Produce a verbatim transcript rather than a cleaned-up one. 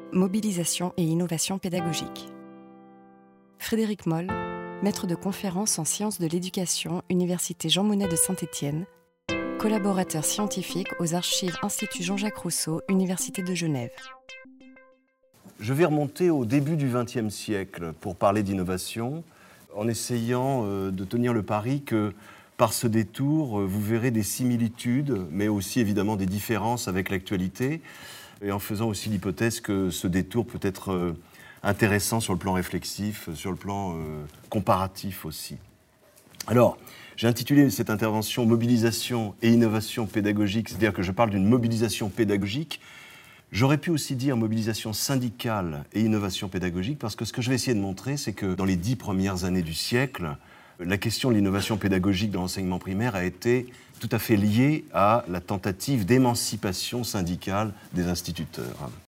Mobilisation et innovation pédagogique. Frédéric Moll, maître de conférences en sciences de l'éducation, Université Jean Monnet de Saint-Étienne, collaborateur scientifique aux archives Institut Jean-Jacques Rousseau, Université de Genève. Je vais remonter au début du vingtième siècle pour parler d'innovation, en essayant de tenir le pari que par ce détour, vous verrez des similitudes, mais aussi évidemment des différences avec l'actualité, et en faisant aussi l'hypothèse que ce détour peut être intéressant sur le plan réflexif, sur le plan euh, comparatif aussi. Alors, j'ai intitulé cette intervention « Mobilisation et innovation pédagogique », c'est-à-dire que je parle d'une mobilisation pédagogique. J'aurais pu aussi dire mobilisation syndicale et innovation pédagogique, parce que ce que je vais essayer de montrer, c'est que dans les dix premières années du siècle, la question de l'innovation pédagogique dans l'enseignement primaire a été tout à fait liée à la tentative d'émancipation syndicale des instituteurs.